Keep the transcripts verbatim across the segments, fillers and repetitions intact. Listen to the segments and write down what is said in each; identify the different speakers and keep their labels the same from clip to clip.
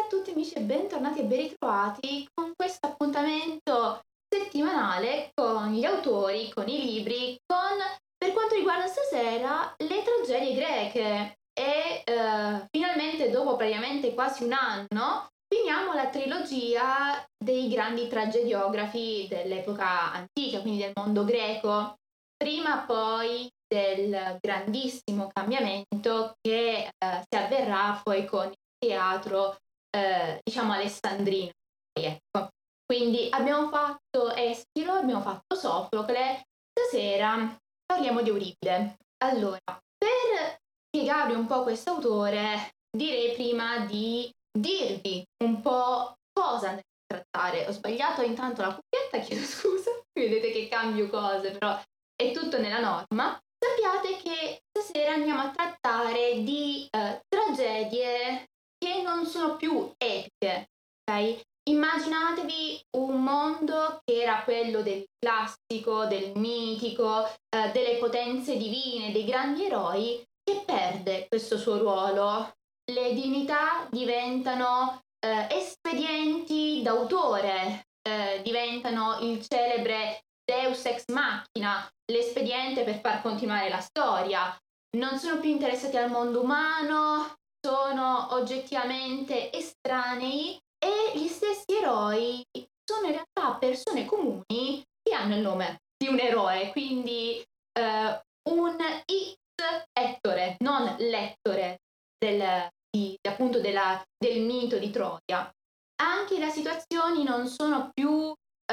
Speaker 1: a tutti amici e bentornati e ben ritrovati con questo appuntamento settimanale con gli autori, con i libri, con, per quanto riguarda stasera, le tragedie greche. E eh, finalmente, dopo praticamente quasi un anno, finiamo la trilogia dei grandi tragediografi dell'epoca antica, quindi del mondo greco. Prima poi del grandissimo cambiamento che eh, si avverrà poi con il teatro, eh, diciamo, alessandrino. Ecco. Quindi abbiamo fatto Eschilo, abbiamo fatto Sofocle, stasera parliamo di Euripide. Allora, per spiegarvi un po' questo autore, direi prima di dirvi un po' cosa andremo a trattare. Ho sbagliato intanto la cuffietta, chiedo scusa, vedete che cambio cose, però è tutto nella norma. Sappiate che stasera andiamo a trattare di eh, tragedie che non sono più epiche, ok? Immaginatevi un mondo che era quello del classico, del mitico, eh, delle potenze divine, dei grandi eroi, che perde questo suo ruolo. Le divinità diventano eh, espedienti d'autore, eh, diventano il celebre Deus ex machina, l'espediente per far continuare la storia. Non sono più interessati al mondo umano, sono oggettivamente estranei e gli stessi eroi sono in realtà persone comuni che hanno il nome di un eroe, quindi eh, un X Ettore, non lettore del, di, appunto della, del mito di Troia. Anche le situazioni non sono più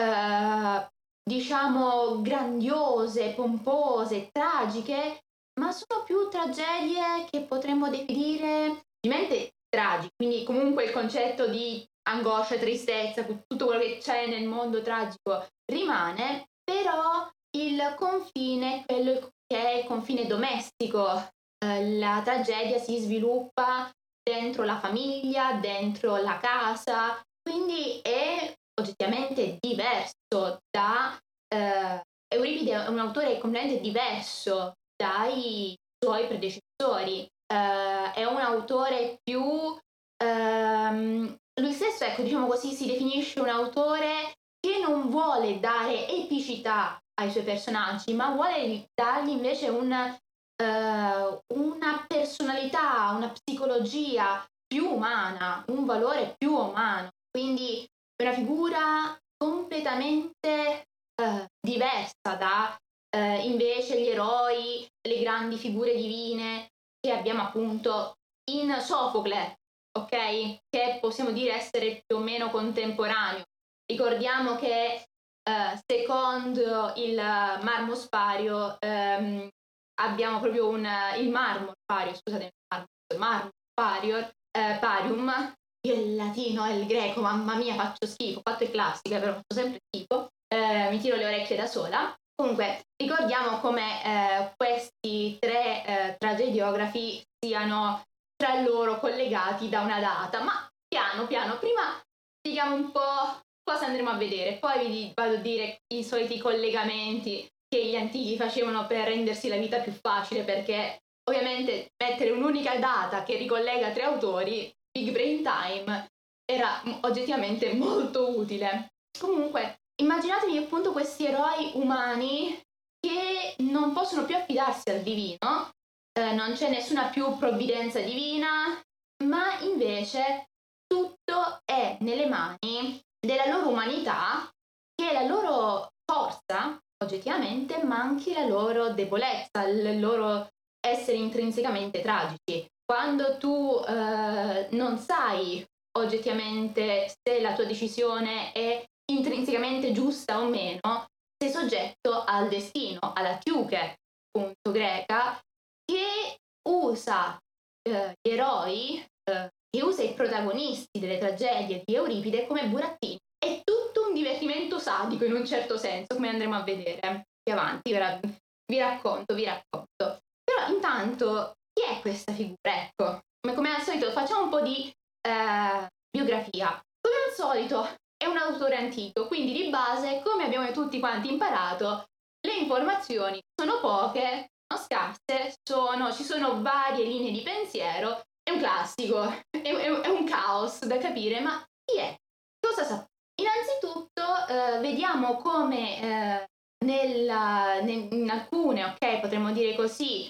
Speaker 1: eh, diciamo grandiose, pompose, tragiche, ma sono più tragedie che potremmo definire ovviamente tragiche, quindi comunque il concetto di angoscia, tristezza, tutto quello che c'è nel mondo tragico rimane, però il confine è quello che è il confine domestico. Eh, la tragedia si sviluppa dentro la famiglia, dentro la casa, quindi è oggettivamente diverso da eh, Euripide è un autore completamente diverso dai suoi predecessori. Eh, è un autore più ehm, lui stesso, ecco, diciamo così, si definisce un autore che non vuole dare epicità ai suoi personaggi, ma vuole dargli invece un, eh, una personalità, una psicologia più umana, un valore più umano. Quindi è una figura completamente eh, diversa da eh, invece gli eroi, le grandi figure divine che abbiamo appunto in Sofocle, ok? Che possiamo dire essere più o meno contemporaneo. Ricordiamo che eh, secondo il marmo spario ehm, abbiamo proprio un, il marmo spario, scusate, il marmo spario, eh, parium, io il latino e il greco, mamma mia, faccio schifo, ho fatto il classica, però faccio sempre schifo, eh, mi tiro le orecchie da sola. Comunque, ricordiamo come eh, questi tre eh, tragediografi siano tra loro collegati da una data, ma piano piano, prima spieghiamo un po' cosa andremo a vedere, poi vi vado a dire i soliti collegamenti che gli antichi facevano per rendersi la vita più facile, perché ovviamente mettere un'unica data che ricollega tre autori, Big Brain Time, era oggettivamente molto utile. Comunque, immaginatevi appunto questi eroi umani che non possono più affidarsi al divino, eh, non c'è nessuna più provvidenza divina, ma invece tutto è nelle mani della loro umanità, che è la loro forza, oggettivamente, ma anche la loro debolezza, il loro essere intrinsecamente tragici. Quando tu eh, non sai oggettivamente se la tua decisione è intrinsecamente giusta o meno, sei soggetto al destino, alla tiuche, appunto greca, che usa eh, gli eroi, eh, che usa i protagonisti delle tragedie di Euripide come burattini. È tutto un divertimento sadico in un certo senso, come andremo a vedere più avanti. Ora vi racconto, vi racconto. Però intanto, chi è questa figura? Ecco, come, come al solito facciamo un po' di eh, biografia. Come al solito è un autore antico, quindi di base, come abbiamo tutti quanti imparato, le informazioni sono poche, sono scarse, sono, ci sono varie linee di pensiero è un classico, è, è- è un caos da capire, ma chi è? Cosa sa? Innanzitutto eh, vediamo come eh, nella- ne- in alcune, ok, potremmo dire così,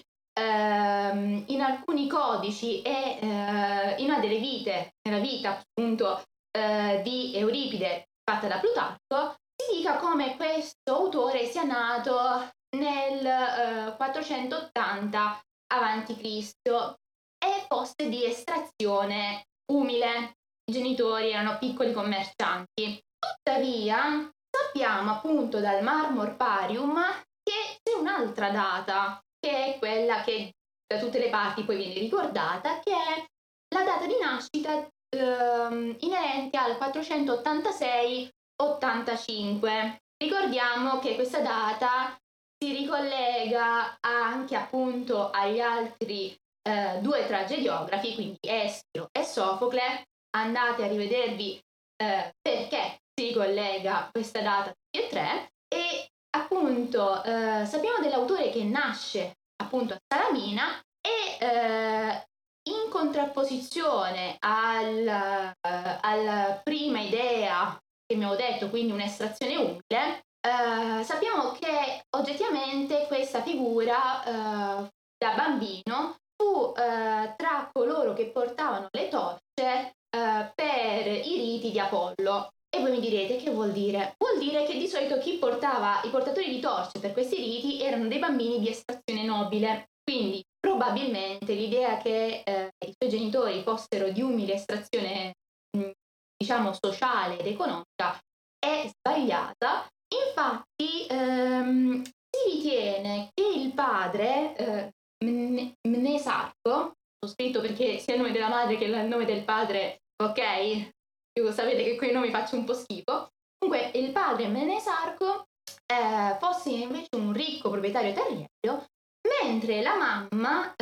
Speaker 1: ehm, in alcuni codici e eh, in una delle vite, nella vita appunto eh, di Euripide fatta da Plutarco, si dica come questo autore sia nato nel eh, quattrocentottanta avanti Cristo e fosse di estrazione umile. I genitori erano piccoli commercianti. Tuttavia, sappiamo appunto dal Marmor Parium che c'è un'altra data, che è quella che da tutte le parti poi viene ricordata, che è la data di nascita ehm, inerente al quattrocentottantasei ottantacinque. Ricordiamo che questa data si ricollega anche appunto agli altri eh, due tragediografi, quindi Eschilo e Sofocle. Andate a rivedervi eh, perché si ricollega questa data tutti e tre e appunto eh, sappiamo dell'autore che nasce appunto a Salamina e eh, in contrapposizione al, eh, alla prima idea che mi avevo detto, quindi un'estrazione umile, eh, sappiamo che oggettivamente questa figura eh, da bambino fu eh, tra coloro che portavano le torce eh, per i riti di Apollo. E voi mi direte che vuol dire? Vuol dire che di solito chi portava i portatori di torce per questi riti erano dei bambini di estrazione nobile. Quindi probabilmente l'idea che eh, i suoi genitori fossero di umile estrazione, mh, diciamo, sociale ed economica è sbagliata. Infatti ehm, si ritiene che il padre, eh, Mne- Mnesarco, ho scritto perché sia il nome della madre che il nome del padre, ok? Io sapete che con i nomi faccio un po' schifo. Comunque il padre Mnesarco eh, fosse invece un ricco proprietario terriero, mentre la mamma,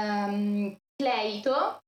Speaker 1: ehm, Cleito,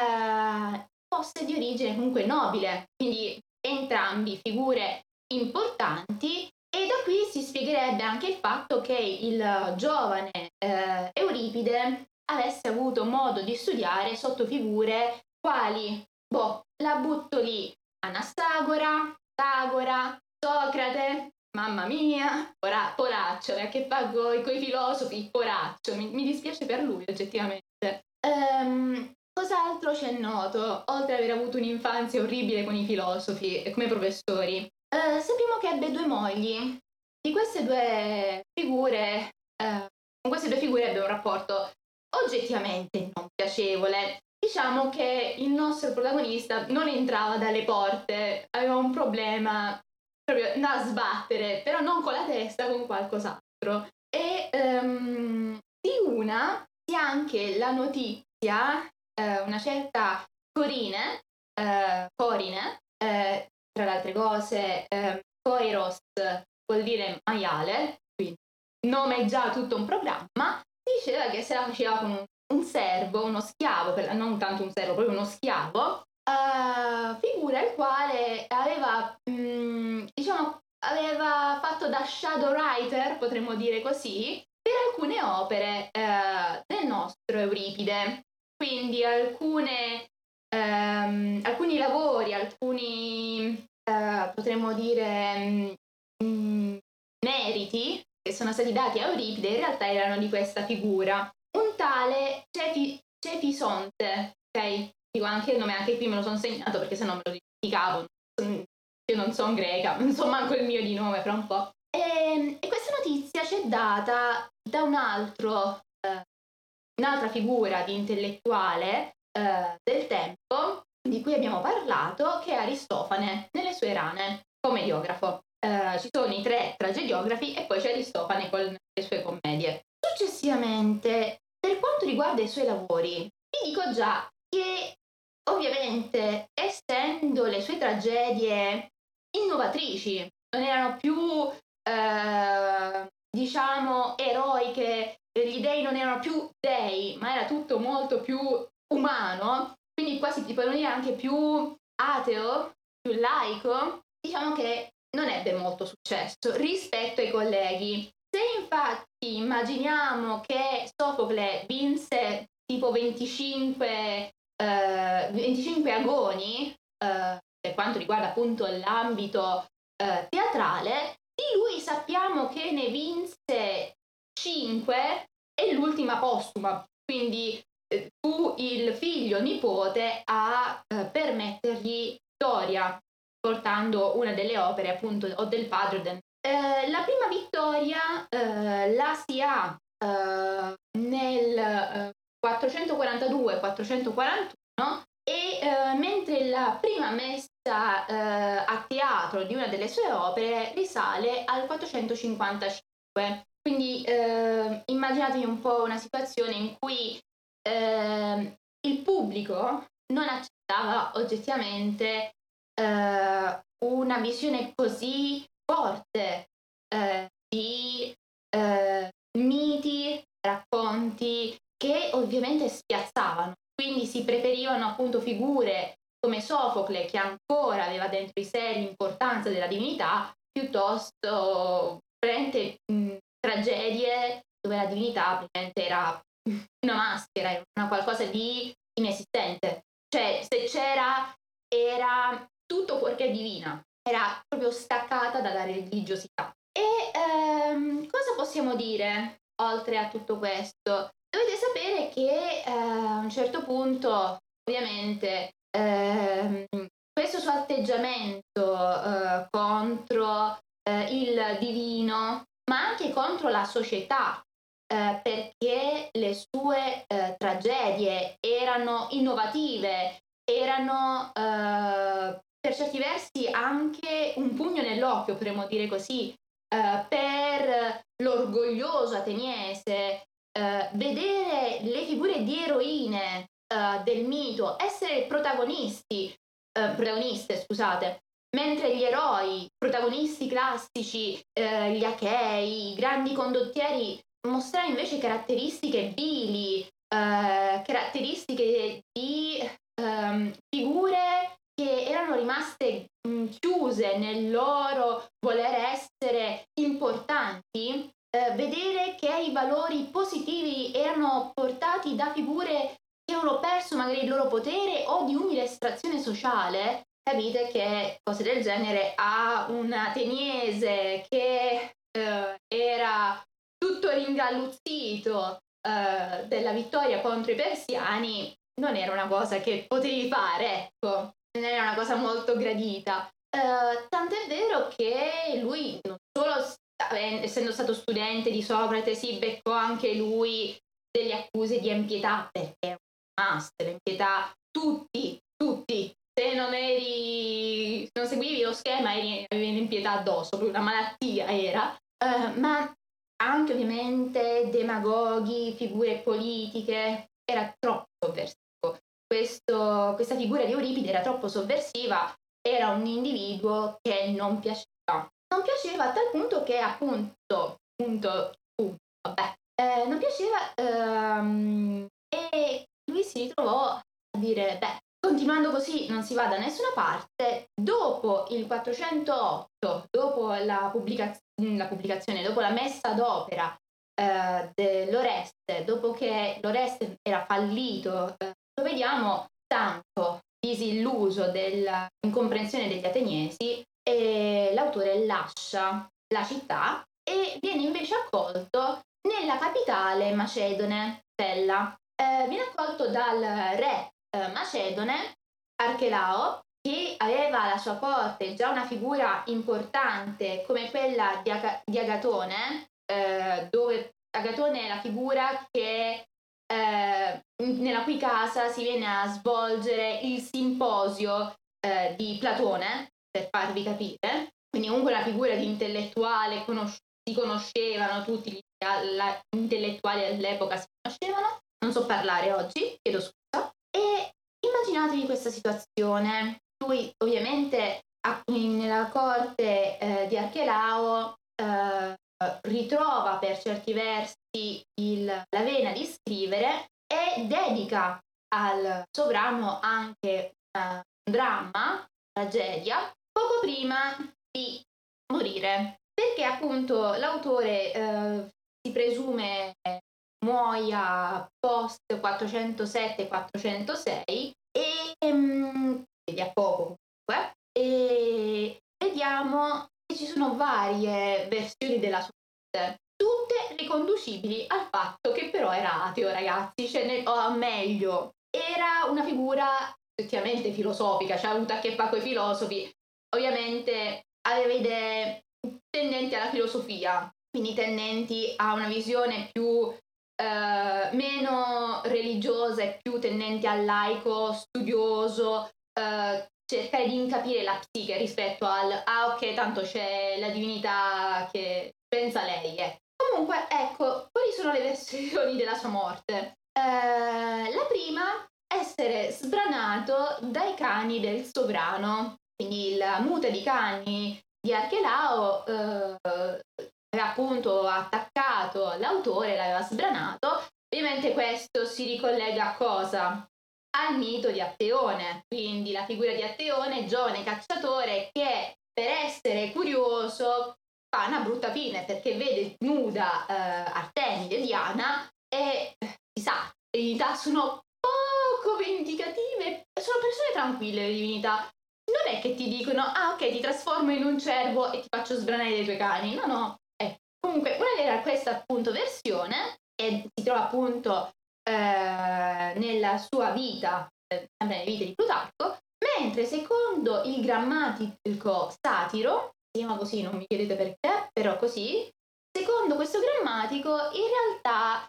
Speaker 1: eh, fosse di origine comunque nobile, quindi entrambi figure importanti e da qui si spiegherebbe anche il fatto che il giovane eh, Euripide avesse avuto modo di studiare sotto figure quali, boh, la butto lì, Anastagora, Tagora, Socrate, mamma mia, pora, poraccio, e a che fa con i filosofi, poraccio, mi, mi dispiace per lui oggettivamente. Ehm, cos'altro c'è noto, oltre ad aver avuto un'infanzia orribile con i filosofi e come professori? Eh, sappiamo che ebbe due mogli. Di queste due figure, eh, con queste due figure ebbe un rapporto oggettivamente non piacevole. Diciamo che il nostro protagonista non entrava dalle porte, aveva un problema proprio da sbattere, però non con la testa, con qualcos'altro. E um, di una si ha anche la notizia, eh, una certa Corine, eh, Corine, eh, tra le altre cose, eh, Koiros vuol dire maiale, quindi nome già tutto un programma, diceva che se la faceva con un, un servo, uno schiavo, per, non tanto un servo, proprio uno schiavo, uh, figura il quale aveva, mh, diciamo, aveva fatto da shadow writer, potremmo dire così, per alcune opere eh, del nostro Euripide. Quindi alcune, ehm, alcuni lavori, alcuni, eh, potremmo dire, mh, meriti che sono stati dati a Euripide in realtà erano di questa figura. Un tale Cefi, Cefisonte, ok? Dico anche il nome, anche qui me lo sono segnato perché sennò me lo dimenticavo. Io non sono greca, non so manco il mio di nome fra un po'. E, e questa notizia ci è data da un altro, eh, un'altra figura di intellettuale eh, del tempo di cui abbiamo parlato, che è Aristofane nelle sue rane, commediografo. Eh, ci sono i tre tragediografi e poi c'è Aristofane con le sue commedie. Successivamente, per quanto riguarda i suoi lavori, vi dico già che ovviamente essendo le sue tragedie innovatrici, non erano più eh, diciamo eroiche, gli dei non erano più dei, ma era tutto molto più umano, quindi quasi ti puoi dire anche più ateo, più laico, diciamo che non ebbe molto successo rispetto ai colleghi. Se infatti immaginiamo che Sofocle vinse tipo venticinque eh, venticinque agoni, eh, per quanto riguarda appunto l'ambito eh, teatrale, di lui sappiamo che ne vinse cinque e l'ultima postuma, quindi eh, fu il figlio nipote a eh, permettergli vittoria, portando una delle opere appunto o del padre o del... Eh, la prima vittoria eh, la si ha eh, nel eh, quattrocentoquarantadue quattrocentoquarantuno e eh, mentre la prima messa eh, a teatro di una delle sue opere risale al quattrocentocinquantacinque. Quindi eh, immaginatevi un po' una situazione in cui eh, il pubblico non accettava oggettivamente eh, una visione così forte eh, di eh, miti, racconti che ovviamente spiazzavano. Quindi si preferivano appunto figure come Sofocle, che ancora aveva dentro di sé l'importanza della divinità, piuttosto praticamente mh, tragedie dove la divinità praticamente era una maschera, era una qualcosa di inesistente. Cioè, se c'era, era tutto fuorché divina, era proprio staccata dalla religiosità. E ehm, cosa possiamo dire oltre a tutto questo? Dovete sapere che eh, a un certo punto, ovviamente, ehm, questo suo atteggiamento eh, contro eh, il divino, ma anche contro la società, eh, perché le sue eh, tragedie erano innovative, erano eh, per certi versi anche un pugno nell'occhio, potremmo dire così, eh, per l'orgoglioso ateniese, eh, vedere le figure di eroine eh, del mito essere protagonisti, eh, protagoniste, scusate, mentre gli eroi, protagonisti classici, eh, gli achei, i grandi condottieri, mostrare invece caratteristiche vili, eh, caratteristiche di ehm, figure che erano rimaste mh, chiuse nel loro voler essere importanti, eh, vedere che i valori positivi erano portati da figure che avevano perso magari il loro potere o di umile estrazione sociale, capite che cose del genere a un ateniese che eh, era tutto ringalluzzito eh, della vittoria contro i persiani non era una cosa che potevi fare, ecco, non era una cosa molto gradita. Eh, tant'è vero che lui non solo essendo stato studente di Socrate si beccò anche lui delle accuse di impietà, perché è un must, l'impietà tutti, tutti, se non eri, se non seguivi lo schema eri, avevi l'impietà addosso, proprio una malattia era, uh, ma anche ovviamente demagoghi, figure politiche, era troppo sovversivo. Questo, questa figura di Euripide era troppo sovversiva, era un individuo che non piaceva. Non piaceva a tal punto che appunto, punto, punto vabbè, eh, non piaceva ehm, e lui si ritrovò a dire, beh, continuando così non si va da nessuna parte. Dopo il quattrocentootto, dopo la, pubblica- la pubblicazione, dopo la messa d'opera eh, dell'Oreste, dopo che l'Oreste era fallito, eh, lo vediamo tanto disilluso dell'incomprensione degli ateniesi e l'autore lascia la città e viene invece accolto nella capitale macedone, Pella. Eh, viene accolto dal re eh, macedone Archelao, che aveva alla sua corte già una figura importante come quella di, Aga- di Agatone, eh, dove Agatone è la figura che eh, nella cui casa si viene a svolgere il simposio eh, di Platone, per farvi capire. Quindi comunque una figura di intellettuale, conos- si conoscevano tutti gli alla- intellettuali all'epoca, si conoscevano. Non so parlare oggi, chiedo scusa. E immaginatevi questa situazione. Lui ovviamente a- nella corte eh, di Archelao eh, ritrova per certi versi il, la vena di scrivere e dedica al sovrano anche uh, un dramma, tragedia, poco prima di morire, perché appunto l'autore eh, si presume muoia post quattrocentosette quattrocentosei e mm, di a poco comunque, e vediamo che ci sono varie versioni della sua morte, tutte riconducibili al fatto che però era ateo, ragazzi, cioè ne- o meglio, era una figura effettivamente filosofica, cioè ha avuto a che fare con i filosofi, ovviamente aveva idee tendenti alla filosofia, quindi tendenti a una visione più eh, meno religiosa e più tendente al laico studioso, eh, cercare di incapire la psiche rispetto al ah ok, tanto c'è la divinità che pensa lei. Eh. Comunque, ecco, quali sono le versioni della sua morte? Eh, la prima, essere sbranato dai cani del sovrano, quindi il mute di cani di Archelao eh, aveva appunto attaccato l'autore, l'aveva sbranato. Ovviamente questo si ricollega a cosa? Al mito di Atteone, quindi la figura di Atteone, giovane cacciatore che per essere curioso fa una brutta fine perché vede nuda eh, Artemide Diana e eh, si sa, le divinità sono poco vendicative, sono persone tranquille le divinità. Non è che ti dicono, ah ok, ti trasformo in un cervo e ti faccio sbranare dei tuoi cani. No, no. Eh. Comunque, una era questa appunto versione e si trova appunto eh, nella sua vita, eh, nelle vite di Plutarco, mentre secondo il grammatico Satiro, si chiama così, non mi chiedete perché, però così, secondo questo grammatico in realtà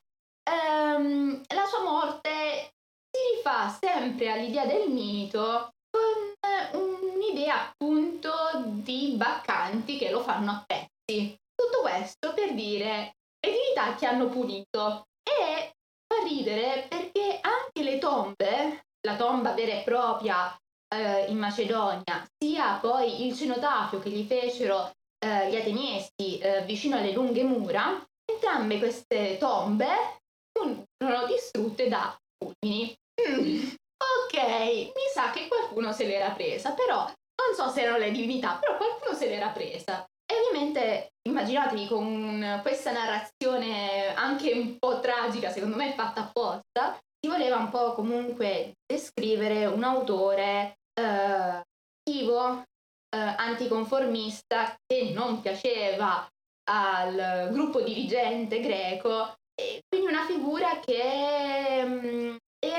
Speaker 1: ehm, la sua morte si rifà sempre all'idea del mito con un'idea appunto di baccanti che lo fanno a pezzi. Tutto questo per dire le divinità che hanno punito e fa ridere perché anche le tombe, la tomba vera e propria eh, in Macedonia, sia poi il cenotafio che gli fecero eh, gli ateniesi eh, vicino alle lunghe mura, entrambe queste tombe furono distrutte da fulmini. Mm, ok, mi sa che qualcuno se l'era presa, però non so se erano le divinità, però qualcuno se l'era presa. E ovviamente immaginatevi con questa narrazione anche un po' tragica, secondo me fatta apposta, si voleva un po' comunque descrivere un autore eh, attivo, eh, anticonformista, che non piaceva al gruppo dirigente greco, e quindi una figura che mh,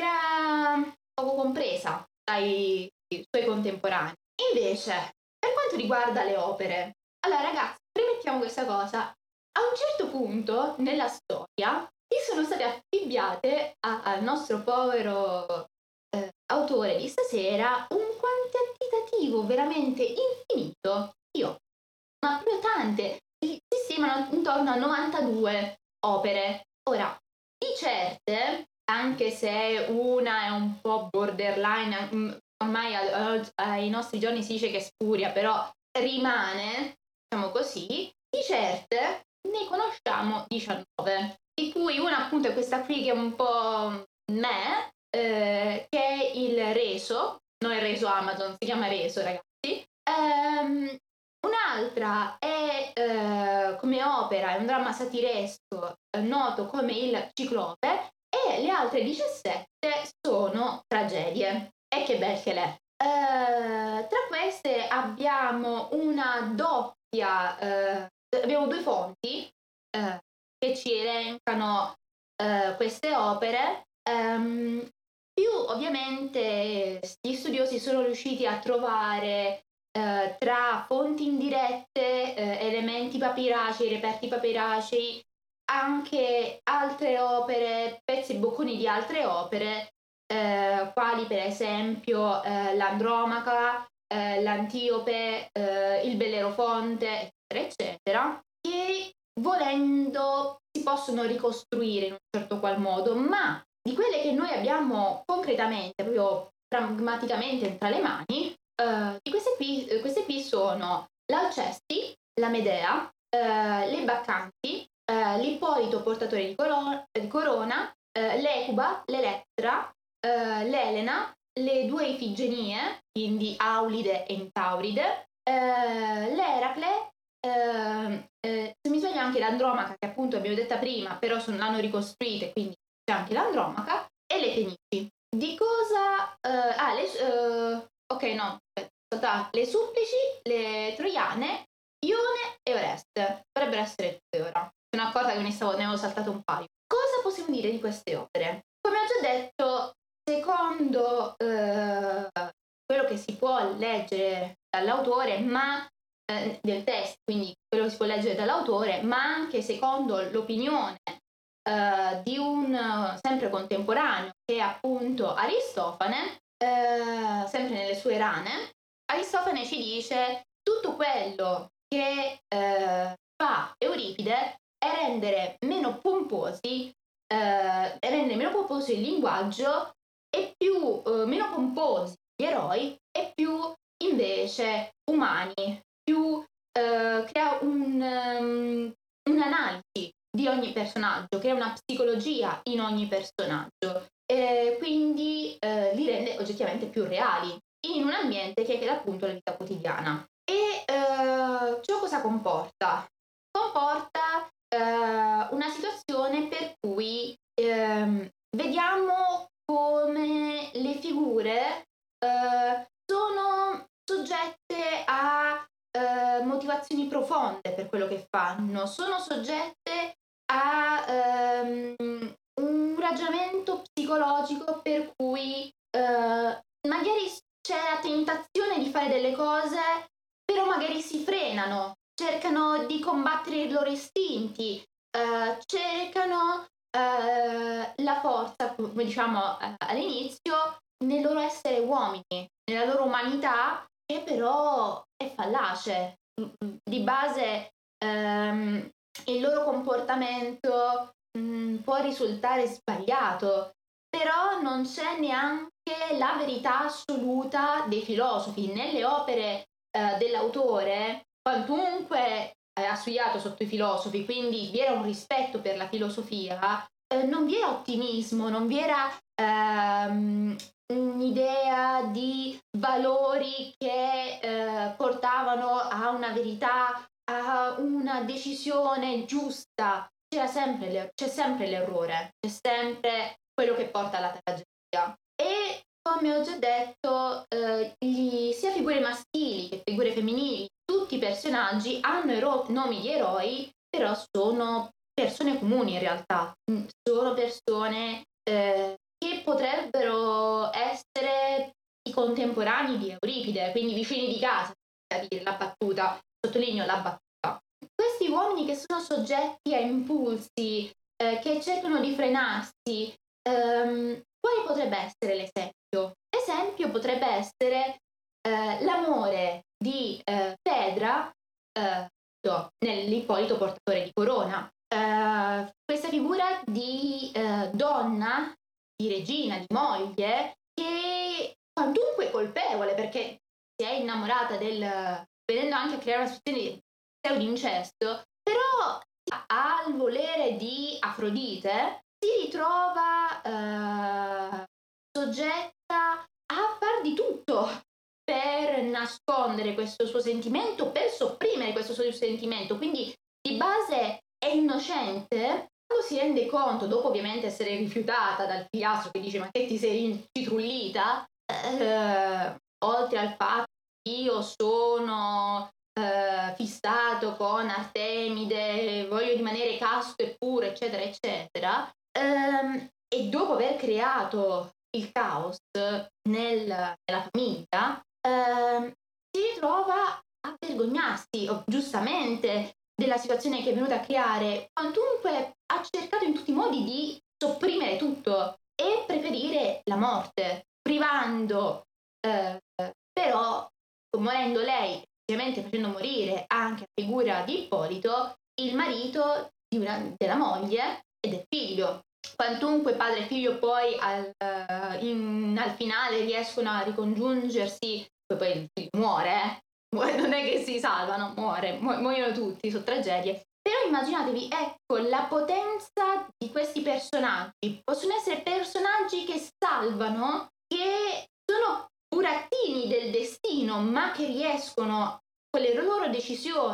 Speaker 1: era poco compresa dai suoi contemporanei. Invece, per quanto riguarda le opere, allora ragazzi, premettiamo questa cosa, a un certo punto nella storia gli sono state affibbiate a- al nostro povero eh, autore di stasera un quantitativo veramente infinito. Io, ma proprio tante, si stimano intorno a novantadue opere. Ora, di certe, anche se una è un po' borderline, mm, ormai ai nostri giorni si dice che è spuria, però rimane, diciamo così, di certe ne conosciamo diciannove, di cui una appunto è questa qui che è un po' me, eh, che è il Reso, non è Reso Amazon, si chiama Reso ragazzi. Ehm, Un'altra è eh, come opera, è un dramma satiresco eh, noto come il Ciclope e le altre diciassette sono tragedie. E che bel che l'è. Eh, tra queste abbiamo una doppia, eh, abbiamo due fonti eh, che ci elencano eh, queste opere. Ehm, più ovviamente gli studiosi sono riusciti a trovare eh, tra fonti indirette, eh, elementi papiracei, reperti papiracei, anche altre opere, pezzi e bocconi di altre opere, eh, quali per esempio eh, l'Andromaca, eh, l'Antiope, eh, il Bellerofonte, eccetera, eccetera, che volendo si possono ricostruire in un certo qual modo, ma di quelle che noi abbiamo concretamente, proprio pragmaticamente tra le mani, eh, di queste qui, queste qui sono l'Alcesti, la Medea, eh, le Baccanti, eh, l'Ippolito portatore di, colo- di corona, eh, l'Ecuba, l'Elettra, eh, l'Elena, le due Ifigenie, quindi Aulide e Intauride, eh, l'Eracle ehm, ehm, se mi sbaglio anche l'Andromaca, che appunto abbiamo detta prima, però son l'hanno ricostruita e quindi c'è anche l'Andromaca, e le Fenici. Di cosa ehm, ah, le s uhm, okay, no, aspetta, le Supplici, le Troiane, Ione e Oreste. Dovrebbero essere tutte ora. Sono accorta che me ne stavo ne avevo saltate un paio. Cosa possiamo dire di queste opere? Come ho già detto, secondo, uhm, quello che si può leggere dall'autore, ma ehm, del testo, quindi quello che si può leggere dall'autore, ma anche secondo l'opinione ehm, di un eh, sempre contemporaneo che è appunto Aristofane, ehm, sempre nelle sue Rane, Aristofane ci dice tutto quello che ehm, fa Euripide è rendere meno pomposi ehm, è rendere meno pomposo il linguaggio e più ehm, meno pomposi gli eroi e più invece umani, più ehm, crea un um, un'analisi di ogni personaggio, crea una psicologia in ogni personaggio e quindi eh, li rende oggettivamente più reali in un ambiente che è appunto la vita quotidiana. E eh, ciò cosa comporta? Comporta eh, una situazione per cui ehm, vediamo come le figure eh, sono soggette a eh, motivazioni profonde per quello che fanno, sono soggette a ehm, un ragionamento psicologico per cui eh, magari c'è la tentazione di fare delle cose, però magari si frenano, cercano di combattere i loro istinti, eh, cercano eh, la forza, come diciamo eh, all'inizio, nel loro essere uomini, nella loro umanità, che però è fallace. Di base ehm, il loro comportamento mh, può risultare sbagliato, però non c'è neanche la verità assoluta dei filosofi. Nelle opere eh, dell'autore, quantunque ha studiato sotto i filosofi, quindi vi era un rispetto per la filosofia, eh, non vi era ottimismo, non vi era ehm, un'idea di valori che eh, portavano a una verità, a una decisione giusta. C'era sempre l'er- c'è sempre l'errore, c'è sempre quello che porta alla tragedia. E come ho già detto, eh, gli, sia figure maschili che figure femminili, tutti i personaggi hanno ero- nomi di eroi, però sono persone comuni in realtà, mm, sono persone eh, che potrebbero essere i contemporanei di Euripide, quindi vicini di casa, per dire la battuta, sottolineo la battuta. Questi uomini che sono soggetti a impulsi, eh, che cercano di frenarsi, ehm, quale potrebbe essere l'esempio? L'esempio potrebbe essere eh, l'amore di eh, Fedra eh, nell'Ippolito portatore di corona. Eh, questa figura di eh, donna, di regina, di moglie, che quantunque colpevole perché si è innamorata del, vedendo anche a creare una situazione di pseudo-incesto, però al volere di Afrodite si ritrova eh, soggetta a far di tutto per nascondere questo suo sentimento, per sopprimere questo suo sentimento, quindi di base è innocente. Quando si rende conto, dopo ovviamente essere rifiutata dal figliastro che dice ma che ti sei incitrullita, eh, oltre al fatto che io sono eh, fissato con Artemide, voglio rimanere casto e puro, eccetera, eccetera, ehm, e dopo aver creato il caos nel, nella famiglia, ehm, si ritrova a vergognarsi, o, giustamente, della situazione che è venuta a creare, quantunque ha cercato in tutti i modi di sopprimere tutto e preferire la morte, privando eh, però, morendo lei, ovviamente facendo morire anche la figura di Ippolito, il marito di una, della moglie e del figlio. Quantunque padre e figlio poi al, uh, in, al finale riescono a ricongiungersi, poi, poi il figlio muore, eh? Non è che si salvano, muore, mu- muoiono tutti, sono tragedie. Però immaginatevi, ecco, la potenza di questi personaggi. Possono essere personaggi che salvano, che sono burattini del destino, ma che riescono, con le loro decisioni,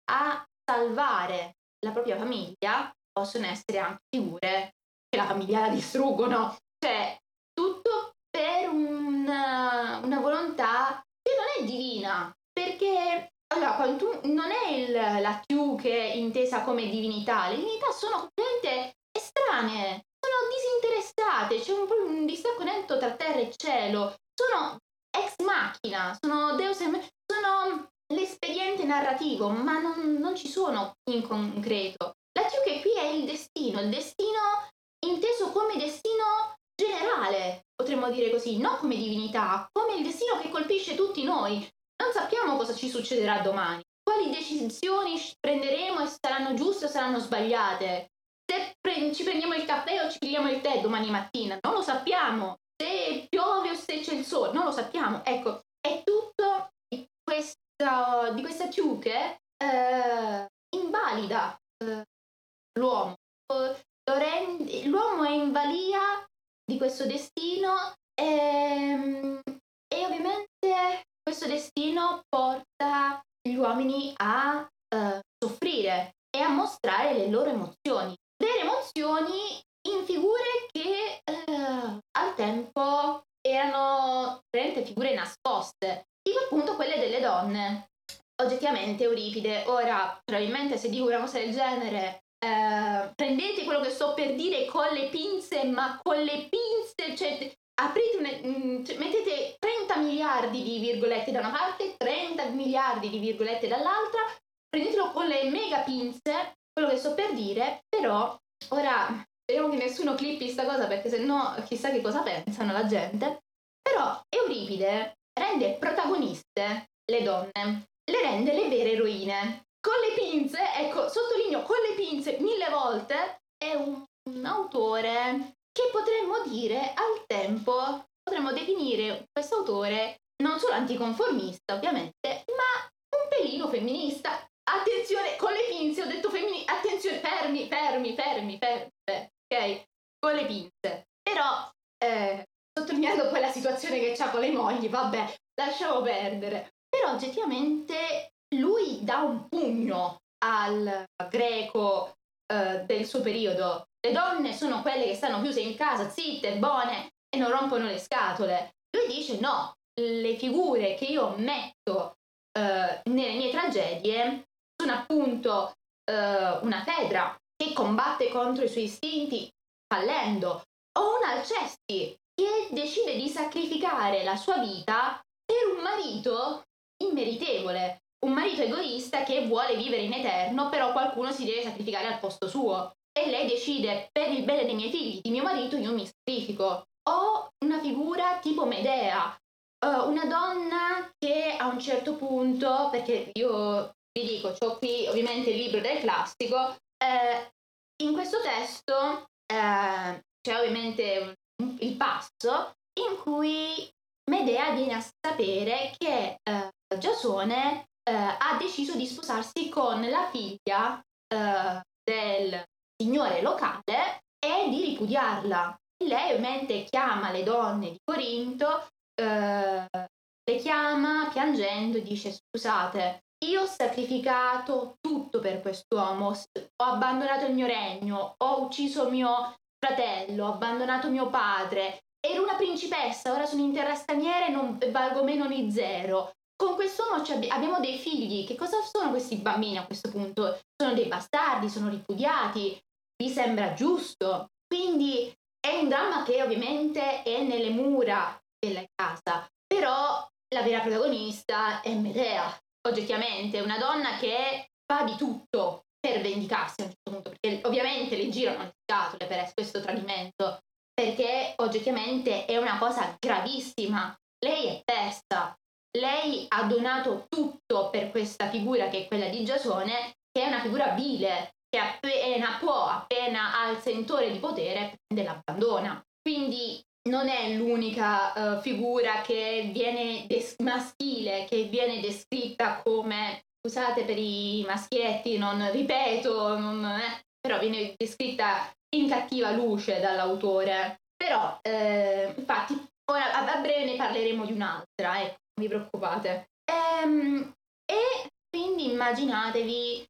Speaker 1: a salvare la propria famiglia, possono essere anche figure che la famiglia la distruggono. Cioè, tutto per un una volontà che non è divina, perché allora quando tu non è il la Q che è intesa come divinità, le divinità sono completamente estranee, sono disinteressate, c'è un po' un distacco netto tra terra e cielo, sono ex machina, sono deus em sono l'espediente narrativo, ma non non ci sono in concreto. La Q che qui è il destino, il destino inteso come destino generale, potremmo dire così, non come divinità, come il destino che colpisce tutti noi. Non sappiamo cosa ci succederà domani, quali decisioni sc- prenderemo e saranno giuste o saranno sbagliate. Se pre- ci prendiamo il caffè o ci pigliamo il tè domani mattina, non lo sappiamo. Se piove o se c'è il sole, non lo sappiamo. Ecco, è tutto di questa, di questa Q che eh, invalida eh, l'uomo. Eh, lo rende- l'uomo è in balia di questo destino e, e ovviamente questo destino porta gli uomini a eh, soffrire e a mostrare le loro emozioni. Vere emozioni in figure che eh, al tempo erano veramente figure nascoste, tipo appunto quelle delle donne. Oggettivamente Euripide, ora probabilmente se dico una cosa del genere eh, prendete quello che sto per dire con le pinze, ma con le pinze, cioè aprite une, mm, cioè, mettete trenta miliardi di virgolette da una parte, trenta miliardi di virgolette dall'altra, prendetelo con le mega pinze, quello che sto per dire, però ora speriamo che nessuno clippi sta cosa perché sennò chissà che cosa pensano la gente, però Euripide rende protagoniste le donne, le rende le vere eroine. Con le pinze, ecco, sottolineo con le pinze mille volte, è un, un autore che potremmo dire al tempo, potremmo definire questo autore non solo anticonformista ovviamente, ma un pelino femminista. Attenzione, con le pinze ho detto femminista, attenzione, fermi, fermi, fermi, fermi, fermi, ok? Con le pinze. Però, eh, sottolineando poi la situazione che c'ha con le mogli, vabbè, lasciamo perdere. Però oggettivamente lui dà un pugno al greco eh, del suo periodo. Le donne sono quelle che stanno chiuse in casa, zitte, buone e non rompono le scatole. Lui dice no, le figure che io metto eh, nelle mie tragedie sono appunto eh, una Fedra che combatte contro i suoi istinti fallendo, o un Alcesti che decide di sacrificare la sua vita per un marito immeritevole, un marito egoista che vuole vivere in eterno, però qualcuno si deve sacrificare al posto suo. E lei decide, per il bene dei miei figli, di mio marito, io mi sacrifico. O una figura tipo Medea, uh, una donna che a un certo punto, perché io vi dico, ho qui ovviamente il libro del classico, eh, in questo testo eh, c'è ovviamente un, il passo in cui Medea viene a sapere che eh, Giasone eh, ha deciso di sposarsi con la figlia eh, del signore locale e di ripudiarla. Lei ovviamente chiama le donne di Corinto, eh, le chiama piangendo e dice scusate, io ho sacrificato tutto per quest'uomo, ho abbandonato il mio regno, ho ucciso mio fratello, ho abbandonato mio padre, ero una principessa, ora sono in terra straniera e non valgo meno di zero. Con quest'uomo abbiamo dei figli, che cosa sono questi bambini a questo punto? Sono dei bastardi, sono ripudiati, vi sembra giusto? Quindi è un dramma che ovviamente è nelle mura della casa, però la vera protagonista è Medea, oggettivamente, una donna che fa di tutto per vendicarsi a un certo punto, perché ovviamente le girano le scatole per questo tradimento, perché oggettivamente è una cosa gravissima. Lei è persa, lei ha donato tutto per questa figura che è quella di Giasone, che è una figura vile, che appena può, appena ha il sentore di potere, prende e l'abbandona. Quindi non è l'unica uh, figura che viene des- maschile, che viene descritta come, scusate per i maschietti, non ripeto, non, eh, però viene descritta in cattiva luce dall'autore. Però, eh, infatti, ora a, a breve ne parleremo di un'altra, ecco, non vi preoccupate. Ehm, e quindi quindi immaginatevi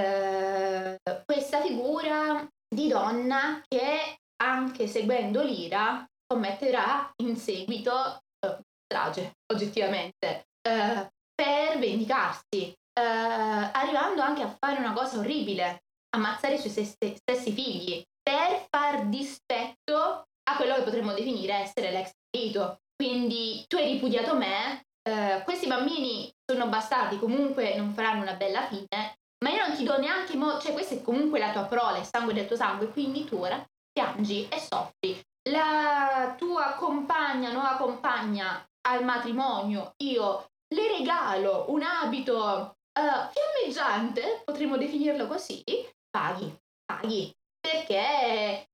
Speaker 1: eh, questa figura di donna che, anche seguendo l'ira, commetterà in seguito eh, strage, oggettivamente, eh, per vendicarsi, eh, arrivando anche a fare una cosa orribile, ammazzare i suoi stessi, stessi figli, per far dispetto a quello che potremmo definire essere l'ex marito. Quindi tu hai ripudiato me, eh, questi bambini sono bastardi, comunque non faranno una bella fine, ma io non ti do neanche mo- cioè questa è comunque la tua prole, il sangue del tuo sangue, quindi tu ora piangi e soffri. La tua compagna, nuova compagna al matrimonio, io le regalo un abito uh, fiammeggiante, potremmo definirlo così, paghi, paghi, perché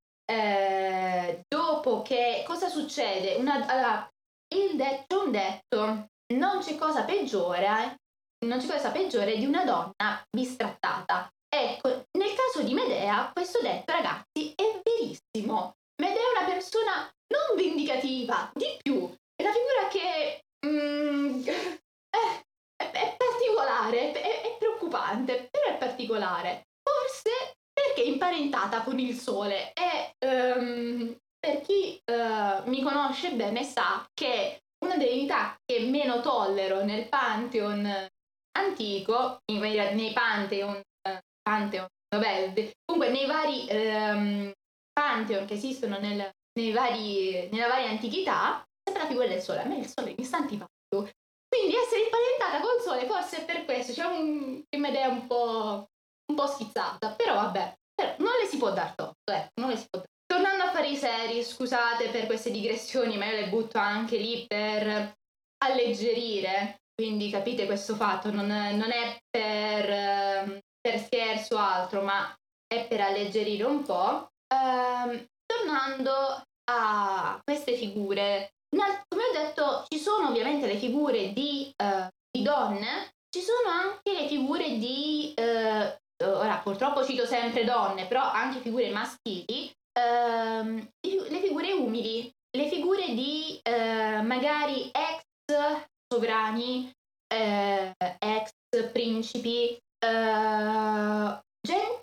Speaker 1: eh, dopo che cosa succede? Una, allora, il detto, un detto, non c'è cosa peggiore, eh? Non c'è cosa peggiore di una donna bistrattata. Ecco, nel caso di Medea, questo detto, ragazzi, è verissimo. Medea è una persona non vendicativa, di più, è una figura che mm, è, è, è particolare, è, è preoccupante, però è particolare. Forse perché è imparentata con il sole e um, per chi uh, mi conosce bene sa che una delle divinità che meno tollero nel Pantheon antico, nei Pantheon, uh, Pantheon vabbè, comunque nei vari um, Pantheon che esistono nel, nei vari, nella varia antichità, è sempre la figura del sole. A me il sole mi sta antipatico. Quindi essere imparentata col sole forse è per questo, c'è un, un'idea un po', un po' schizzata, però vabbè, però non le si può dar torto, ecco, non le si può dar. Tornando a fare i seri, scusate per queste digressioni, ma io le butto anche lì per alleggerire, quindi capite questo fatto, non, non è per, per scherzo o altro, ma è per alleggerire un po'. Ehm, tornando a queste figure, come ho detto, ci sono ovviamente le figure di, uh, di donne, ci sono anche le figure di, uh, ora purtroppo cito sempre donne, però anche figure maschili, uh, le figure umili, le figure di uh, magari ex sovrani, uh, ex principi, uh, gente,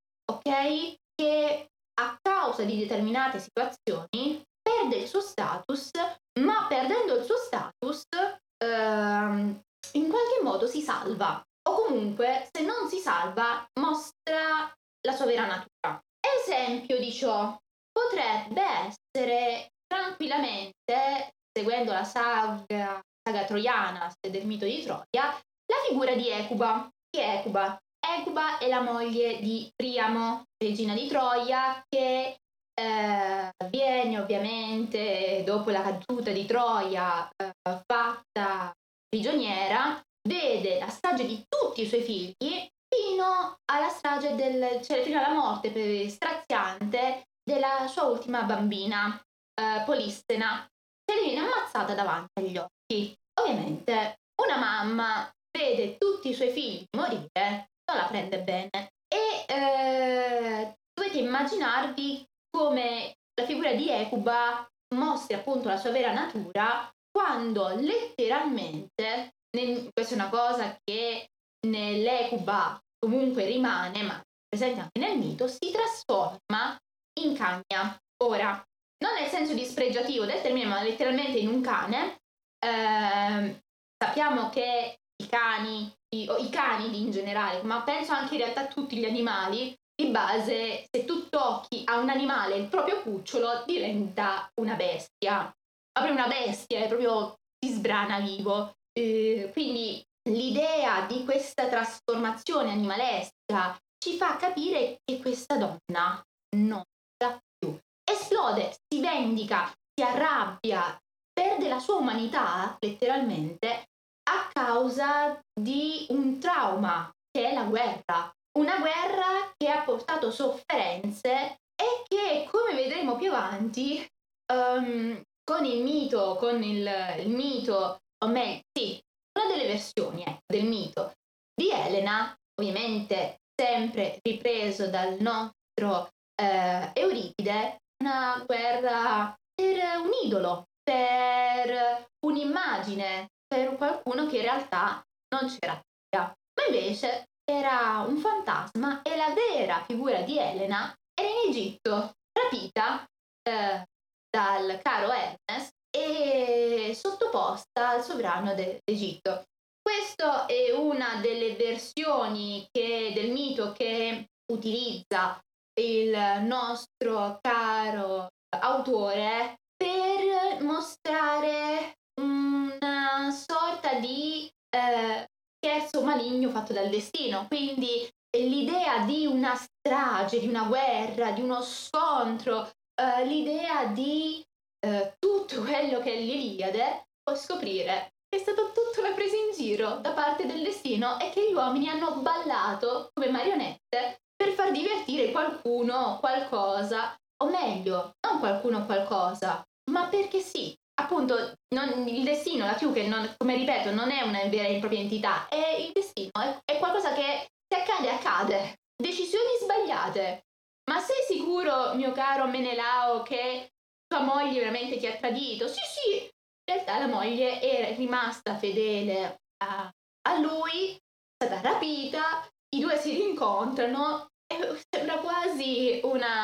Speaker 1: ok, che a causa di determinate situazioni perde il suo status, ma perdendo il suo status ehm, in qualche modo si salva, o comunque se non si salva mostra la sua vera natura. Esempio di ciò potrebbe essere tranquillamente, seguendo la saga, saga troiana del mito di Troia, la figura di Ecuba. Chi è Ecuba? Ecuba è la moglie di Priamo, regina di Troia, che eh, viene ovviamente dopo la caduta di Troia eh, fatta prigioniera, vede la strage di tutti i suoi figli fino alla strage del, cioè fino alla morte per straziante della sua ultima bambina, eh, Polistena, che viene ammazzata davanti agli occhi. Ovviamente una mamma vede tutti i suoi figli morire, non la prende bene e eh, dovete immaginarvi come la figura di Ecuba mostri appunto la sua vera natura quando letteralmente, nel, questa è una cosa che nell'Ecuba comunque rimane, ma presente anche nel mito, si trasforma in cagna. Ora, non nel senso dispregiativo del termine, ma letteralmente in un cane. Eh, sappiamo che i cani, i, o i cani in generale, ma penso anche in realtà a tutti gli animali, di base, se tu tocchi a un animale il proprio cucciolo, diventa una bestia. Ma proprio una bestia, è proprio si sbrana vivo. Eh, quindi l'idea di questa trasformazione animalesca ci fa capire che questa donna non da più. Esplode, si vendica, si arrabbia, perde la sua umanità, letteralmente, a causa di un trauma, che è la guerra. Una guerra che ha portato sofferenze e che, come vedremo più avanti, um, con il mito, con il, il mito, o meglio, sì, una delle versioni ecco, del mito di Elena, ovviamente sempre ripreso dal nostro eh, Euripide, una guerra per un idolo, per un'immagine, per qualcuno che in realtà non c'era. Ma invece era un fantasma e la vera figura di Elena era in Egitto, rapita, ehm, dal caro Hermes e sottoposta al sovrano de d'Egitto. Questo è una delle versioni che del mito che utilizza il nostro caro autore per mostrare una sorta di, ehm, scherzo maligno fatto dal destino. Quindi, ehm, l'idea di una strage, di una guerra, di uno scontro, uhm, l'idea di, uhm, tutto quello che è l'Iliade, poi scoprire che è stato tutto una presa in giro da parte del destino e che gli uomini hanno ballato come marionette per far divertire qualcuno o qualcosa, o meglio, non qualcuno o qualcosa, ma perché sì. Appunto, non il destino, la più che non come ripeto, non è una vera e propria entità, è il destino, è è qualcosa che se accade, accade. Decisioni sbagliate. Ma sei sicuro, mio caro Menelao, che tua moglie veramente ti ha tradito? Sì, sì, in realtà la moglie era rimasta fedele a a lui, è stata rapita, i due si rincontrano e uh, sembra quasi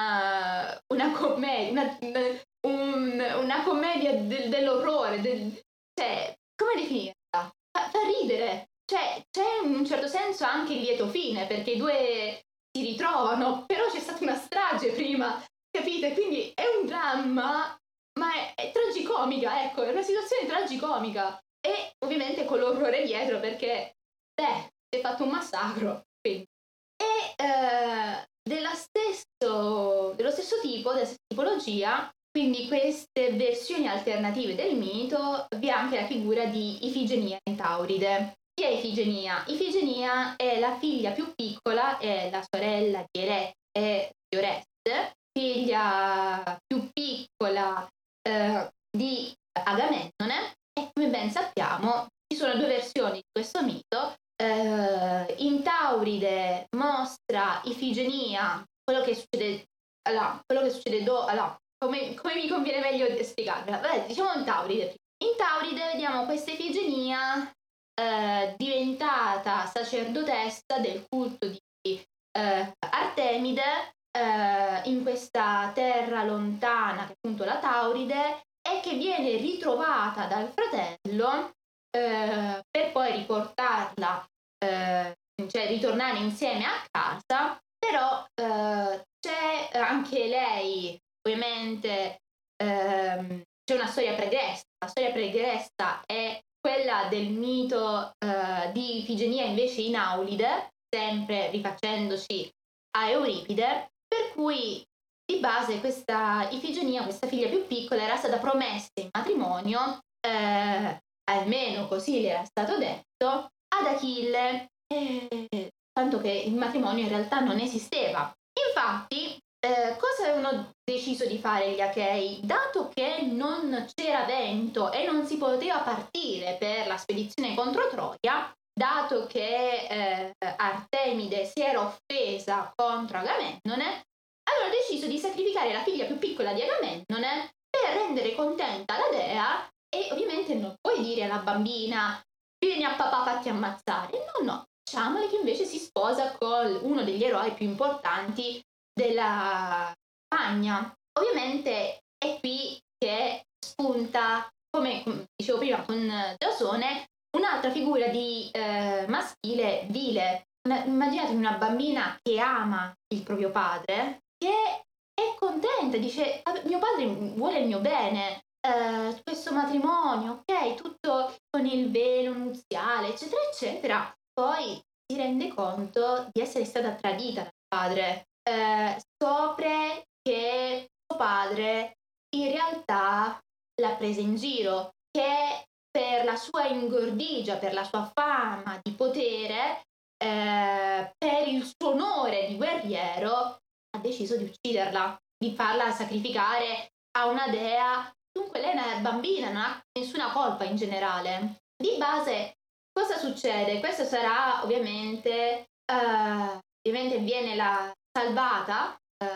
Speaker 1: una una commedia, una n un una commedia del dell'orrore, del cioè, come definirla? Fa fa ridere. Cioè, c'è in un certo senso anche il lieto fine, perché i due si ritrovano, però c'è stata una strage prima, capite? Quindi è un dramma, ma è è tragicomica, ecco, è una situazione tragicomica e ovviamente con l'orrore dietro perché, beh, si è fatto un massacro, quindi. E, ehm, della stesso dello stesso tipo, della stessa tipologia, quindi queste versioni alternative del mito, vi è anche la figura di Ifigenia in Tauride. Chi è Ifigenia? Ifigenia è la figlia più piccola, è la sorella di Erette e di Oreste, figlia più piccola, ehm, di Agamennone e come ben sappiamo ci sono due versioni di questo mito. Ehm, in Tauride mostra Ifigenia quello che succede allora, quello che succede do allora, come come mi conviene meglio d spiegarvela? Vabbè, diciamo in Tauride. In Tauride vediamo questa Ifigenia, ehm, diventata sacerdotessa del culto di, ehm, Artemide, ehm, in questa terra lontana che è appunto la Tauride e che viene ritrovata dal fratello, ehm, per poi riportarla ehm, cioè ritornare insieme a casa, però, ehm, c'è anche lei ovviamente, ehm, c'è una storia pregressa. La storia pregressa è quella del mito, ehm, di Ifigenia invece in Aulide, sempre rifacendoci a Euripide, per cui di base questa Ifigenia, questa figlia più piccola, era stata promessa in matrimonio, ehm, almeno così le era stato detto, ad Achille, ehm, tanto che il matrimonio in realtà non esisteva. Infatti, ehm, cosa avevano deciso di fare gli Achei? Dato che non c'era vento e non si poteva partire per la spedizione contro Troia, dato che, ehm, Artemide si era offesa contro Agamennone, avevano deciso di sacrificare la figlia più piccola di Agamennone per rendere contenta la dea e ovviamente non puoi dire alla bambina: "Vieni a papà, fatti ammazzare". No, no, diciamole che invece si sposa con uno degli eroi più importanti della Spagna. Ovviamente è qui che spunta, come com dicevo prima con Giasone, un'altra figura di, ehm, maschile vile. Una immaginate una bambina che ama il proprio padre, che è contenta, dice: "Vabbè, mio padre vuole il mio bene, ehm, questo matrimonio, okay, tutto con il velo nuziale, eccetera, eccetera". Poi si rende conto di essere stata tradita dal padre. Ehm, scopre che suo padre in realtà l'ha presa in giro, che per la sua ingordigia, per la sua fama di potere, ehm, per il suo onore di guerriero, ha deciso di ucciderla, di farla sacrificare a una dea. Dunque lei è una bambina, non ha nessuna colpa in generale. Di base cosa succede? Questo sarà ovviamente, ehm, ovviamente viene la salvata, ehm,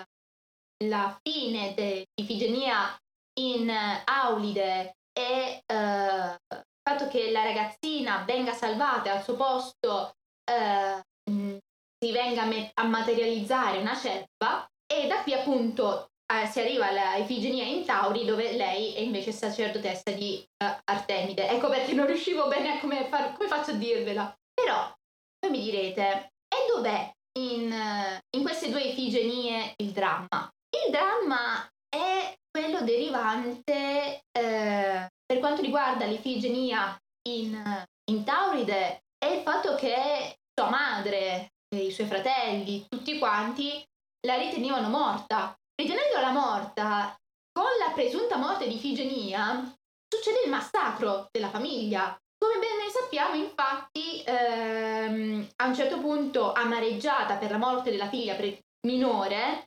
Speaker 1: la fine de Ifigenia in Aulide e, ehm, il fatto che la ragazzina venga salvata e al suo posto eh, mh, si venga a, me- a materializzare una ceppa e da qui appunto eh, si arriva alla Ifigenia in Tauri dove lei è invece sacerdotessa di eh, Artemide. Ecco perché non riuscivo bene a come, far- come faccio a dirvela. Però voi mi direte, e dov'è in, eh, in queste due Ifigenie il dramma? Il dramma è quello derivante eh, per quanto riguarda l'Ifigenia in, in Tauride è il fatto che sua madre, e i suoi fratelli, tutti quanti la ritenevano morta. Ritenendola morta, con la presunta morte di Ifigenia, succede il massacro della famiglia. Come bene sappiamo, infatti, ehm, a un certo punto, amareggiata per la morte della figlia pre- minore,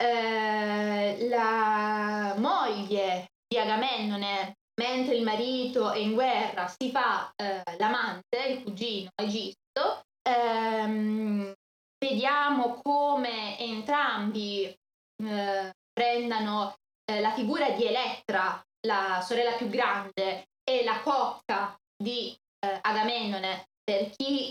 Speaker 1: eh, la moglie di Agamennone, mentre il marito è in guerra, si fa eh, l'amante, il cugino Egisto. Ehm, vediamo come entrambi eh, prendano eh, la figura di Elettra, la sorella più grande, e la cocca di eh, Agamennone. Per chi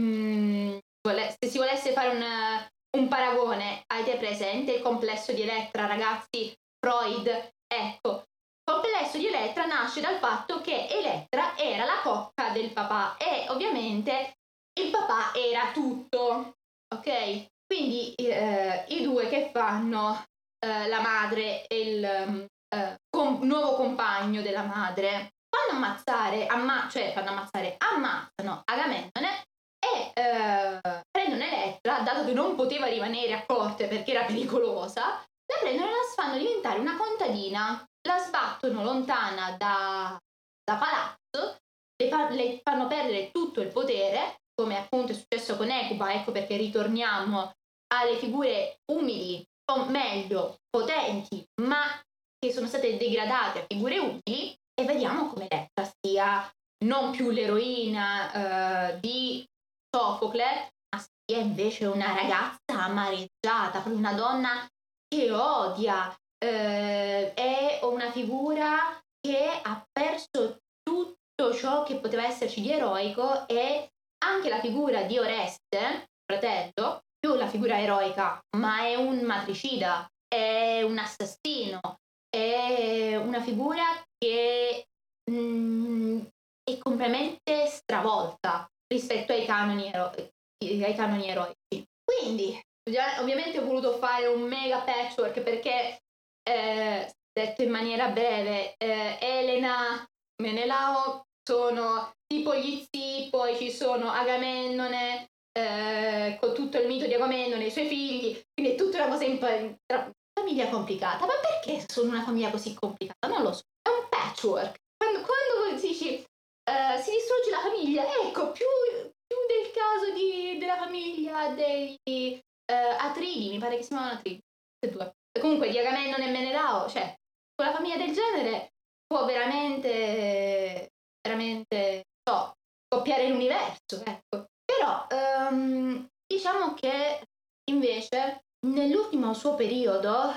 Speaker 1: mh, vole- se si volesse fare un, un paragone, avete presente il complesso di Elettra, ragazzi? Freud, ecco, il complesso di Elettra nasce dal fatto che Elettra era la cocca del papà e ovviamente il papà era tutto, ok? Quindi eh, i due che fanno eh, la madre e il eh, com- nuovo compagno della madre fanno ammazzare, amma- cioè fanno ammazzare, ammazzano Agamennone e eh, prendono Elettra, dato che non poteva rimanere a corte perché era pericolosa, la prendono e la fanno diventare una contadina, la sbattono lontana da, da palazzo, le, fa- le fanno perdere tutto il potere, come appunto è successo con Ecuba, ecco perché ritorniamo alle figure umili, o meglio, potenti, ma che sono state degradate a figure umili, e vediamo come Elettra sia non più l'eroina eh, di Sofocle, ma sia invece una ragazza amareggiata, proprio una donna che odia, eh, è una figura che ha perso tutto ciò che poteva esserci di eroico e anche la figura di Oreste, fratello, più la figura eroica, ma è un matricida, è un assassino, è una figura che mh, è completamente stravolta rispetto ai canoni, ero- ai canoni eroici. Quindi, ovviamente ho voluto fare un mega patchwork perché, eh, detto in maniera breve, eh, Elena, Menelao sono tipo gli zii, poi ci sono Agamennone, eh, con tutto il mito di Agamennone e i suoi figli, quindi è tutta una cosa in pa- famiglia complicata. Ma perché sono una famiglia così complicata? Non lo so, è un patchwork. Quando, quando dici eh, si distrugge la famiglia, ecco, più, più del caso di, della famiglia degli eh, Atridi, mi pare che si chiamano Atridi, tutte e due. E comunque di Agamennone e Menelao, cioè, con la famiglia del genere può veramente, veramente, so, scoppiare l'universo, ecco. Però, ehm, diciamo che invece nell'ultimo suo periodo,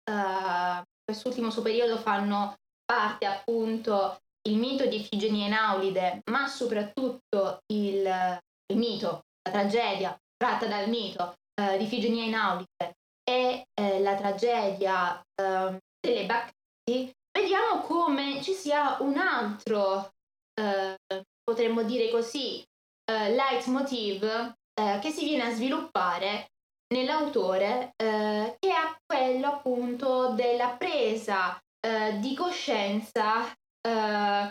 Speaker 1: eh, quest'ultimo suo periodo fanno parte appunto il mito di Ifigenia in Aulide, ma soprattutto il, il mito, la tragedia tratta dal mito eh, di Ifigenia in Aulide e eh, la tragedia eh, delle Baccanti, vediamo come ci sia un altro, eh, potremmo dire così, eh, leitmotiv eh, che si viene a sviluppare nell'autore, eh, che è quello appunto della presa eh, di coscienza eh,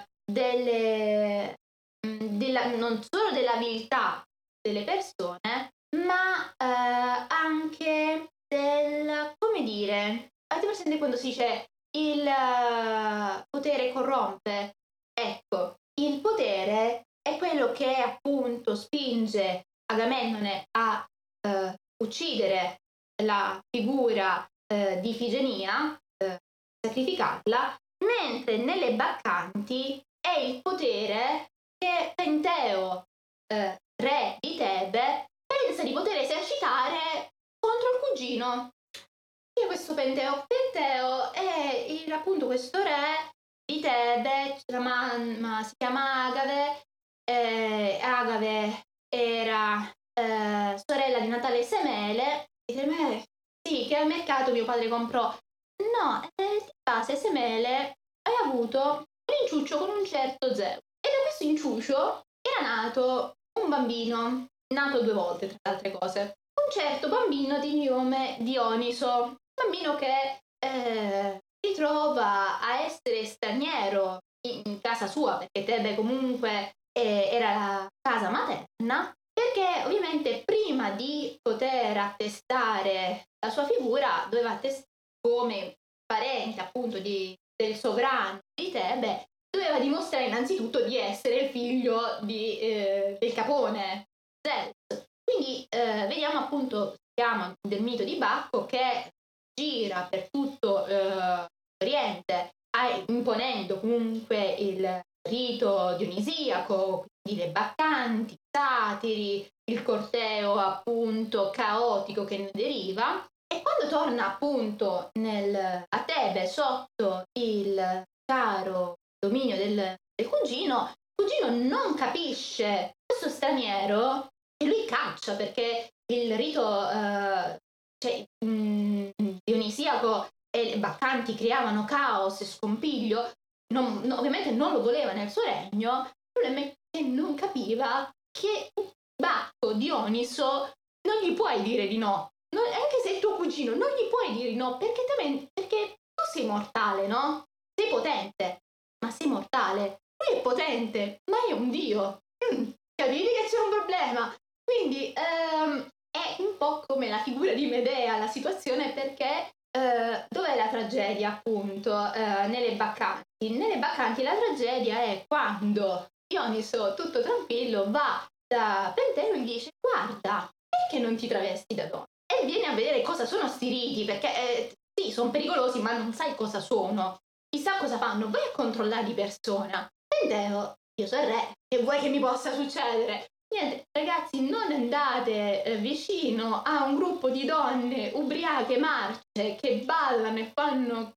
Speaker 1: delle, mh, della, non solo dell'abilità delle persone, ma eh, anche del, come dire, avete presente quando si dice il uh, potere corrompe? Ecco, il potere è quello che appunto spinge Agamennone a uh, uccidere la figura uh, di Ifigenia, uh, sacrificarla, mentre nelle Baccanti è il potere che Penteo, uh, re di Tebe, pensa di poter esercitare contro il cugino. Chi è questo Penteo? Penteo è il, appunto questo re di Tebe, la mamma si chiama Agave, eh, Agave era eh, sorella di Natale Semele, e me, sì, che al mercato mio padre comprò. No, eh, di base Semele hai avuto un inciuccio con un certo Zeus. E da questo inciuccio era nato un bambino, nato due volte tra le altre cose, un certo bambino di nome Dioniso, un bambino che eh, si trova a essere straniero in, in casa sua, perché Tebe comunque eh, era la casa materna, perché ovviamente prima di poter attestare la sua figura doveva attestare come parente appunto di, del sovrano di Tebe, doveva dimostrare innanzitutto di essere il figlio di, eh, del capone Zeus. Quindi eh, vediamo appunto, si chiama del mito di Bacco, che gira per tutto eh, Oriente, imponendo comunque il rito dionisiaco, quindi le baccanti, i satiri, il corteo appunto caotico che ne deriva. E quando torna appunto nel, a Tebe sotto il caro dominio del, del cugino, il cugino non capisce questo straniero e lui caccia, perché il rito eh, cioè, mh, dionisiaco e le baccanti creavano caos e scompiglio, non, no, ovviamente non lo voleva nel suo regno. Il problema è che non capiva che Bacco, Dioniso, non gli puoi dire di no. Non, anche se è tuo cugino, non gli puoi dire di no, perché, te, perché tu sei mortale, no? Sei potente, ma sei mortale. Lui è potente, ma è un dio. Mm, capite che c'è un problema? Quindi ehm, è un po' come la figura di Medea la situazione, perché eh, dov'è la tragedia appunto? Eh, nelle baccanti. Nelle baccanti la tragedia è quando Dioniso, tutto tranquillo, va da Penteo e gli dice: guarda, perché non ti travesti da donna? E vieni a vedere cosa sono sti riti, perché eh, sì, sono pericolosi, ma non sai cosa sono. Chissà cosa fanno, vai a controllare di persona. Penteo, io sono il re, che vuoi che mi possa succedere? Niente, ragazzi, non andate eh, vicino a un gruppo di donne ubriache, marce, che ballano e fanno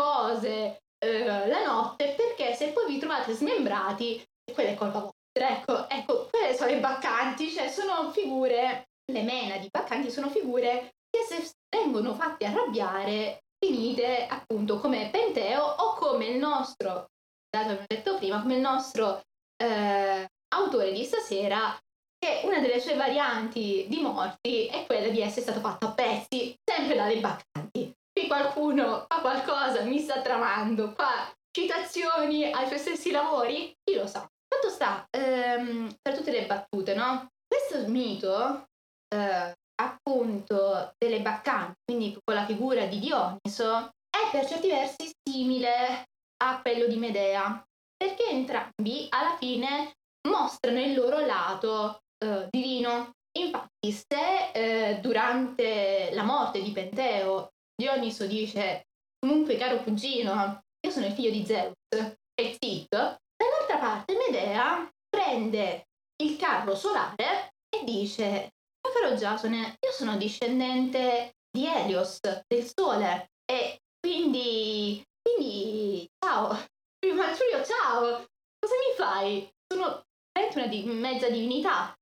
Speaker 1: cose eh, la notte, perché se poi vi trovate smembrati, quella è colpa vostra. Ecco, ecco, quelle sono le baccanti, cioè sono figure, le mena di baccanti sono figure che se vengono fatte arrabbiare, finite appunto come Penteo o come il nostro, dato che abbiamo detto prima, come il nostro eh, autore di stasera, che una delle sue varianti di morti è quella di essere stato fatto a pezzi, sempre dalle baccanti. Qui qualcuno fa qualcosa, mi sta tramando, qua citazioni ai suoi stessi lavori, chi lo sa. Fatto sta, ehm, per tutte le battute, no? Questo mito, eh, appunto, delle baccanti, quindi con la figura di Dioniso, è per certi versi simile a quello di Medea, perché entrambi alla fine mostrano il loro lato eh, divino. Infatti, se eh, durante la morte di Penteo Dioniso dice: comunque, caro cugino, io sono il figlio di Zeus, e zitto, dall'altra parte Medea prende il carro solare e dice: ma caro Giasone, io sono discendente di Helios, del sole, e quindi, quindi, ciao, ma Giulio, ciao, cosa mi fai? Sono veramente una di- mezza divinità,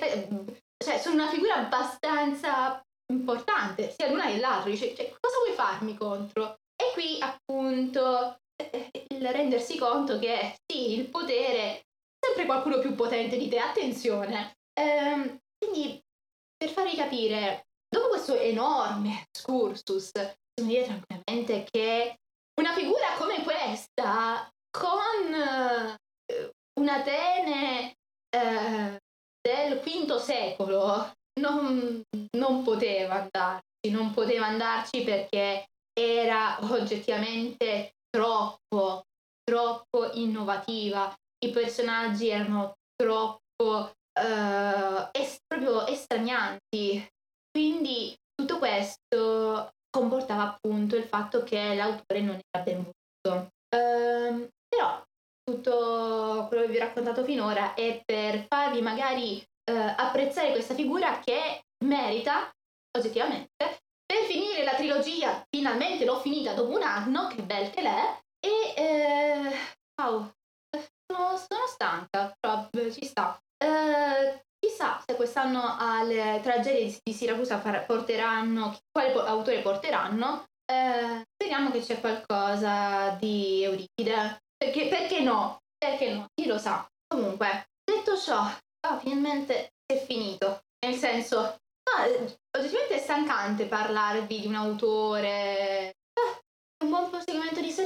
Speaker 1: cioè sono una figura abbastanza importante, sia l'una che l'altro, dice, cioè, cosa vuoi farmi contro? E qui appunto eh, il rendersi conto che sì, il potere è sempre qualcuno più potente di te, attenzione. Ehm, quindi per farvi capire, dopo questo enorme excursus, possiamo dire tranquillamente che una figura come questa, con eh, un Atene eh, del quinto secolo, non, non poteva andarci, non poteva andarci perché era oggettivamente troppo, troppo innovativa. I personaggi erano troppo eh, es- proprio estranianti. Quindi tutto questo comportava appunto il fatto che l'autore non era ben voluto. Ehm, però tutto quello che vi ho raccontato finora è per farvi magari eh, apprezzare questa figura che merita oggettivamente. Per finire la trilogia, finalmente l'ho finita dopo un anno, che bel che l'è, e eh, wow, sono, sono stanca, però eh, ci sta. Eh, chissà se se quest'anno alle tragedie di di Siracusa far porteranno quale po autore porteranno, ehm, speriamo che c'è qualcosa di Euripide. Perché perché no? Perché no? Chi lo sa? Comunque, detto ciò, ah, finalmente è finito. Nel senso, ah, ehm, oggettivamente è stancante parlarvi di un autore. Ah, un buon proseguimento di